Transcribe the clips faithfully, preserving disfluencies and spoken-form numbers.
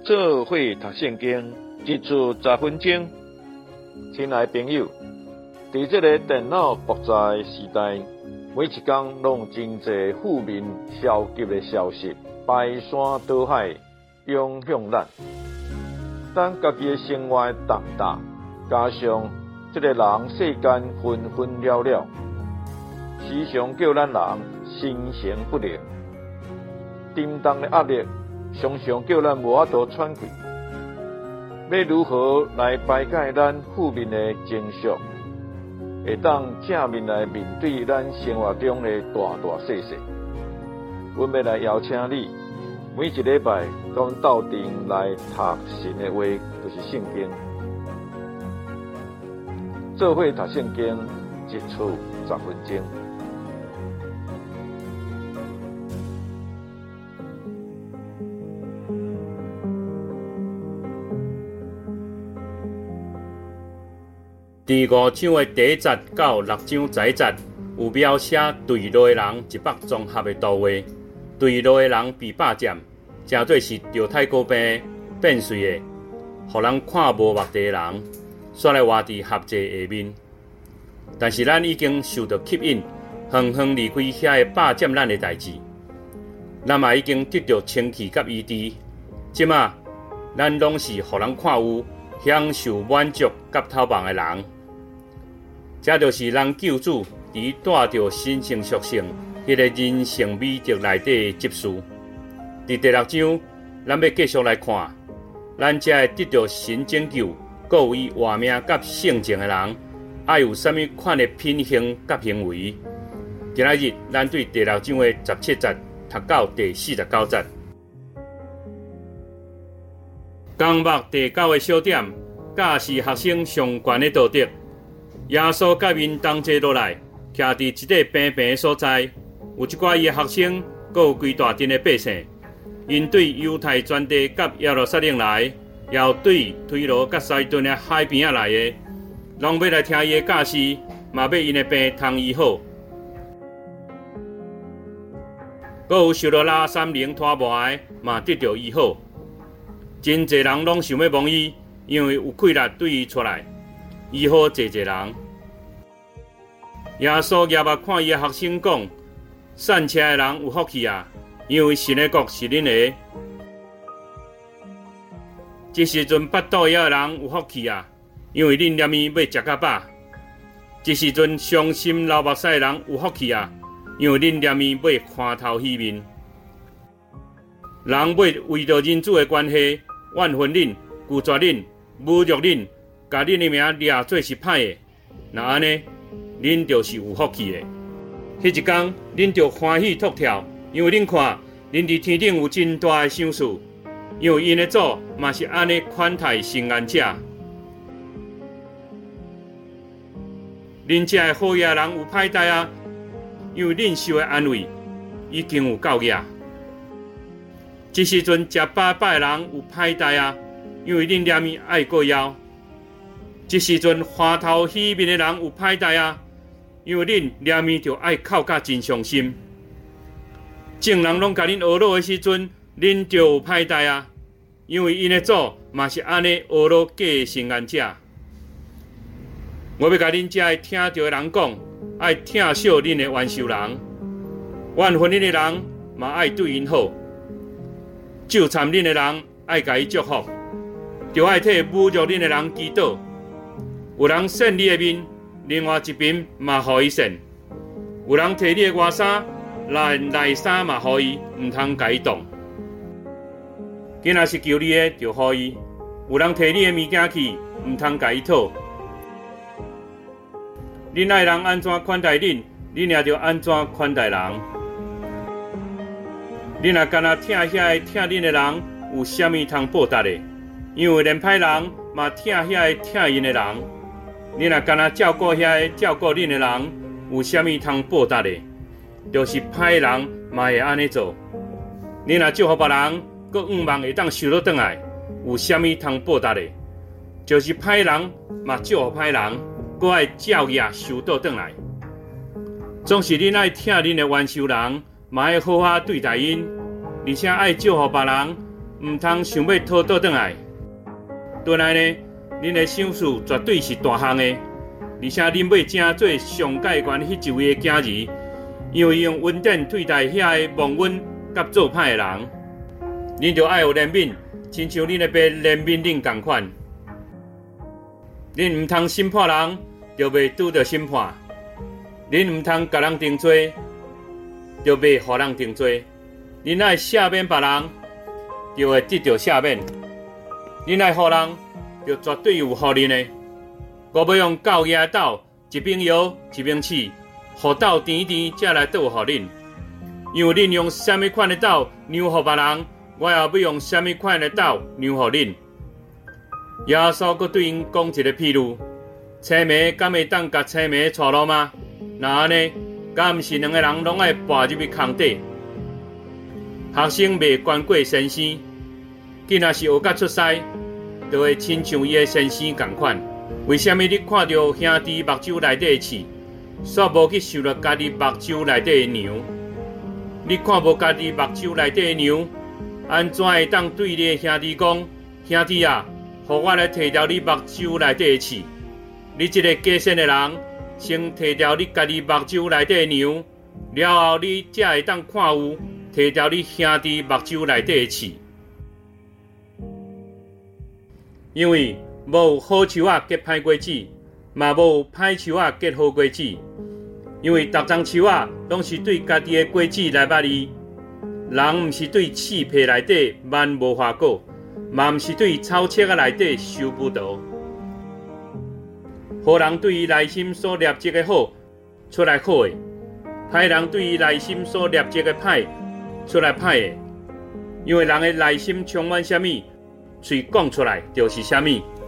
做伙读圣经，一次十分钟。亲爱的朋友，在这个电脑复杂的时代，每一天拢真侪负面消极的消息排山倒海涌向咱。咱家己的生活重大，加上这个人世间纷纷扰扰，时常叫咱人心神不宁。沉重的压力常常叫咱无法度喘气。要如何来排解咱负面的情绪，会当正面来面对咱生活中的大大小小？阮要来邀请你，每一礼拜跟阮斗阵来读神的话，就是圣经。做伙读圣经，一次十分钟。 第五章的第一节到六章十一节，有描写对路的人一百综合的图画。对路的人被霸占，正对是着太高病变碎的，互人看无目地的人，煞来活伫合济下面。但是咱已经受到吸引，远远离开遐个霸占咱的代志。咱嘛已经得到清气甲医治，即马咱拢是互人看有享受满足甲透望的人。这就是咱救主伫带着神性属性迄个人性美德内底的执事。伫第六章，咱要继续来看，咱才会得到神拯救，阁有伊活命甲性情的人，爱有啥物款的品行甲行为。今仔日，咱对第六章的十七节读到第四十九节。纲目第九个小点，教是学生上悬的道德。耶稣甲因同齐落来，徛伫一个平平的所在，有一寡伊的学生，阁有规大阵的百姓，因对犹太全地甲耶路撒冷来，也有对推罗甲西顿的海边仔来的，拢要来听伊的教示，嘛要因的病通医好。阁有受到拉三灵拖磨的，嘛得到医好。真侪人拢想要摸伊，因为有气力对伊出来，医好侪侪人。耶稣也捌看伊的学生讲：散车的人有福气啊，因为神的国是恁的。这时阵腹肚枵的人有福气啊，因为恁念伊要食到饱。这时阵伤心流目屎的人有福气啊，因为恁念伊要看头喜面。人要为着人主的关系，怨恨恁、拒绝恁、侮辱恁，甲恁的名掠做是歹的，那安尼，恁就是有福气的。迄一天，恁就欢喜脱跳，因为恁看，恁伫天顶有真大的赏赐，因为因的主嘛是安尼款待圣安者。恁遮的好野人有歹待啊，因为恁受的安慰已经有够野。这时阵食饱饱的人有歹待啊，因为恁念伊爱过枵。这时阵花头喜面的人有歹待啊，因为恁念伊就爱哭甲真伤心。众人拢甲恁懊恼的时阵，恁就有歹待啊，因为因的主嘛是安尼懊恼假的圣安者。我要甲恁遮会听到的人讲，爱疼惜恁的冤仇人，怨恨恁的人嘛爱对因好。咒惨恁的人爱甲伊祝福，就爱替侮辱恁的人祈祷。有人扇你的面，另外一边嘛互伊扇；有人摕你的外衫，内内衫嘛互伊，毋通甲伊动。今若是求你的，就互伊；有人摕你的物件去，毋通甲伊讨。恁爱人安怎款待恁，恁也着安怎款待人。恁若干那疼遐个疼恁的人，有啥物通报答的？因为连歹人嘛疼遐个疼因的人。恁若干那照顾遐个照顾恁的人，有啥物通报答的？就是歹人嘛会安尼做。恁若祝福别人，阁愿望会当收到转来，有啥物通报答的？就是歹人嘛祝福歹人，阁爱照业收到转来。总是恁爱疼恁的冤仇人，嘛爱好好对待因，而且爱祝福别人， 毋通想要逃倒转来。转来呢，恁的赏赐绝对是大项的，而且恁要正做上界悬迄一位的囝儿，因为用恩典对待遐个忘恩甲做歹的人。恁着爱有怜悯，亲像恁的爸怜悯恁共款。恁毋通审判人，就袂拄着审判；恁毋通甲人定罪，就袂互人定罪。恁爱赦免别人，就会得到赦免；恁爱互人，就绝对有互恁的。我要用教义的斗，一边摇一边试，互斗甜甜，才来倒互恁。因为恁用什么款的斗让互别人，我也要用什么款的斗让互恁。耶稣阁对因讲一个譬如：青梅敢会当甲青梅带路吗？那安尼，敢毋是两个人拢爱跋入去空底？学生未关过先生，既然是学甲出师，就会亲像伊的先生同款。为什么你看到兄弟目睭内底的刺，煞无去受了家己目睭内底的牛？你看无家己目睭内底的牛，安怎会当对你的兄弟讲：兄弟啊，互我来摕掉你目睭内底的刺？你这个假善的人，先摕掉你家己目睭内底的牛，了后你才会当看有摕掉你兄弟目睭内底的刺。因为无有好树仔结歹果子，嘛无有歹树仔结好果子。因为逐丛树仔拢是对家己的果子来捌伊，人毋是对刺皮内底万无花果，嘛毋是对草册仔内底收不到。好人对伊内心所立即的好出来好的，歹人对伊内心所立即的歹出来歹的。因为人的内心充满什么，嘴讲出来就是什么。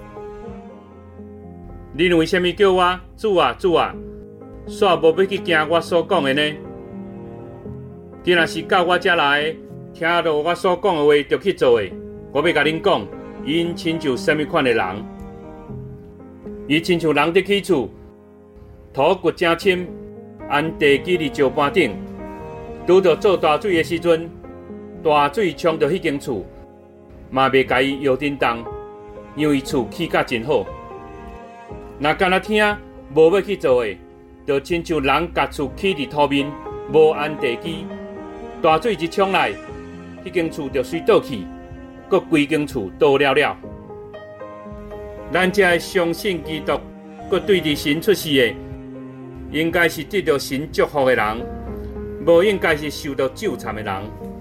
恁为什么叫我主啊主啊，煞无要去行我所讲的呢？既然是到我这来的，听到我所讲的话就去做的，我要甲恁讲，因亲像什么款的人？伊亲像人伫起厝，土骨正深，安地基伫石盘顶，拄着做大水的时阵，大水冲着迄间厝，嘛袂甲伊摇震动，因为厝起甲真好。若干那听无要去做的，就亲像人甲厝起伫土面，无安地基，大水一冲来，迄间厝就随倒去，搁规间厝倒了了。咱这个相信基督，搁对伫神出世的，应该是得到神祝福的人，无应该是受到咒惨的人。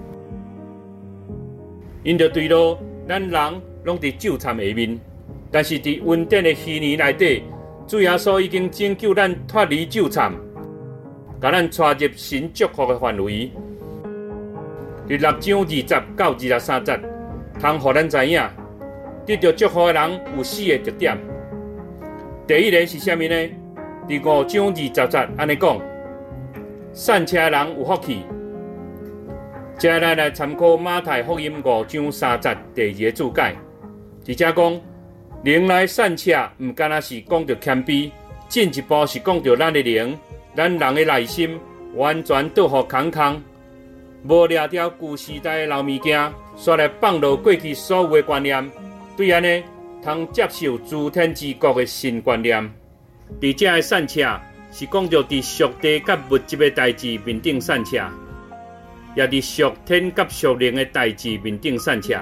因着对咯，咱人拢伫咒惨下面，但是伫恩典的虚年内底，主耶稣已经拯救咱脱离咒惨，甲咱带入神祝福的范围。伫六章二十到二十三节，通互咱知影，得到祝福的人有四个特点。第一个是啥物呢？伫五章二十节安尼讲，善车的人有福气。接下来来参考马太福音五章三节第二个注解，伫遮讲，灵来善车，毋干那是讲着谦卑，进一步是讲着咱的灵，咱人的内心完全倒互空空，无掠条旧时代的老物件，煞来放落过去所有的观念，对安尼通接受诸天之国的新观念。伫遮的善车是讲着伫属地甲物质的代志面顶善车，也伫属天甲属灵的代志面顶善车。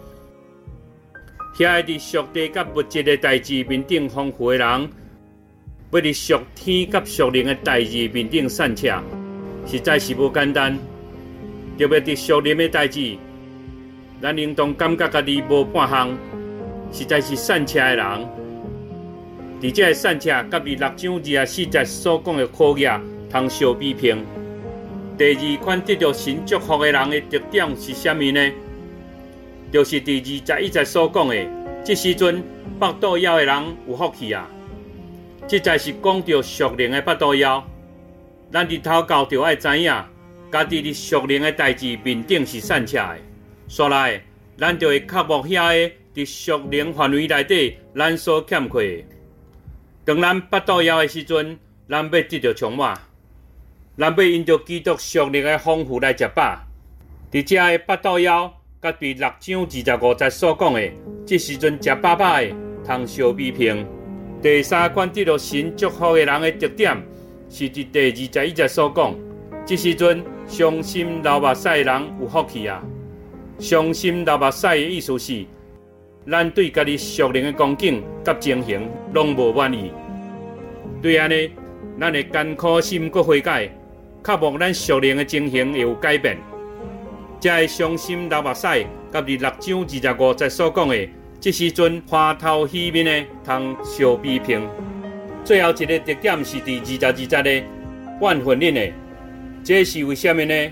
遐个伫属地甲物质的代志面顶丰富的人，要伫属天甲属灵的代志面顶善车，实在是无简单。特别伫属灵的代志，咱应当感觉家己无半项，实在是善车的人。伫这个善车，甲伫六章二十四节所讲的苦业，通相比拼。第二款得到神祝福的人的特点是啥物呢？就是第二十一节所讲的，这时阵腹肚枵的人有福气啊！这才是讲到属灵的腹肚枵。咱日头到就爱知影，家己伫属灵的代志面顶是善车的，煞来咱就会克服遐个伫属灵范围内底咱所欠缺的。当咱腹肚枵的时阵，咱要得到充满，咱要因着基督属灵的丰富来食饱。伫遮个腹肚枵， 甲第六章二十五节所讲的，这时阵食饱饱的，通烧米平。第三款得到神祝福的人的特点，是伫第二十一节所讲，这时阵伤心流目屎的人有福气啊！伤心流目屎的意思是，咱对家己属灵的光景甲情形拢无满意。对安尼，咱的艰苦心搁悔改，渴望咱属灵的情形会有改变。才会伤心流目屎，甲第六章二十五节所讲的，这时阵花头喜面的，通烧米平。最后一个特点是第二十二节的怨恨恁的，这是为什么呢？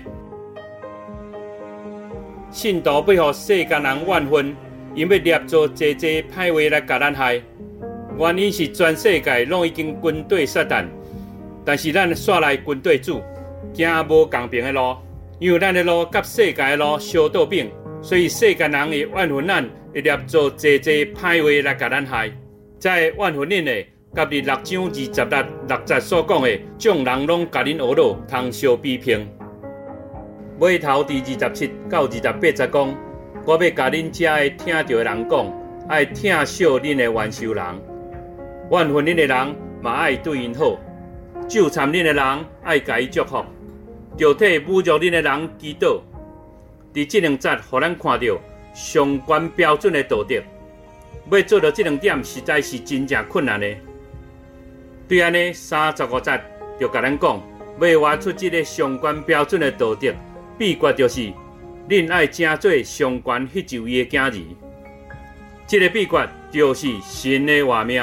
信徒要互世间人怨恨，因要捏造济济歹话来甲咱害。原因是全世界拢已经军队撒旦，但是咱煞来军队主，行无公平的路。因为咱的路甲世界的路相倒并，所以世间人会怨恨咱，会捏造济济歹话来甲咱害。才会怨恨恁的，甲第六章二十六六节所讲的，众人拢甲恁学老，通相比拼。尾头第二十七到二十八节讲，我要甲恁遮的听到的人讲，爱疼惜恁的元首人，怨恨恁的人嘛爱对因好，咒惨恁的人爱甲伊祝福。着替侮辱恁的人祈祷，伫这两节，互咱看到上悬标准的道德。要做到这两点，实在是真正困难的。对安尼，三十五节就甲咱讲，要画出这个上悬标准的道德，秘诀就是，恁爱正做上悬迄一位的囝儿。这个秘诀就是神的话命。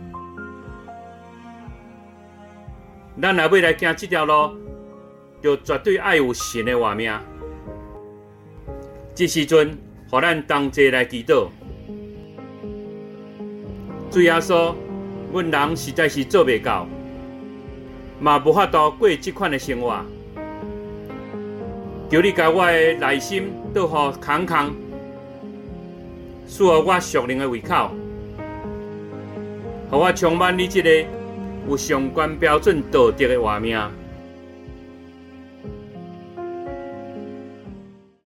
咱若要来行这条路，就绝对爱有神的话命。这时阵，互咱同齐来祈祷。主耶稣，阮人实在是做袂到，嘛无法度过这款的生活。求你甲我的内心倒互空空，使我属灵的胃口，互我充满你这个有上悬标准道德的画面。